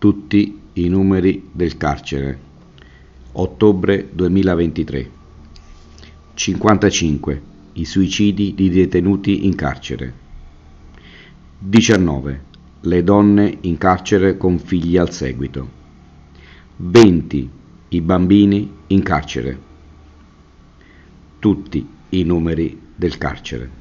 tutti i numeri del carcere. Ottobre 2023. 55. I suicidi di detenuti in carcere. 19. Le donne in carcere con figli al seguito. 20. I bambini in carcere. Tutti i numeri del carcere.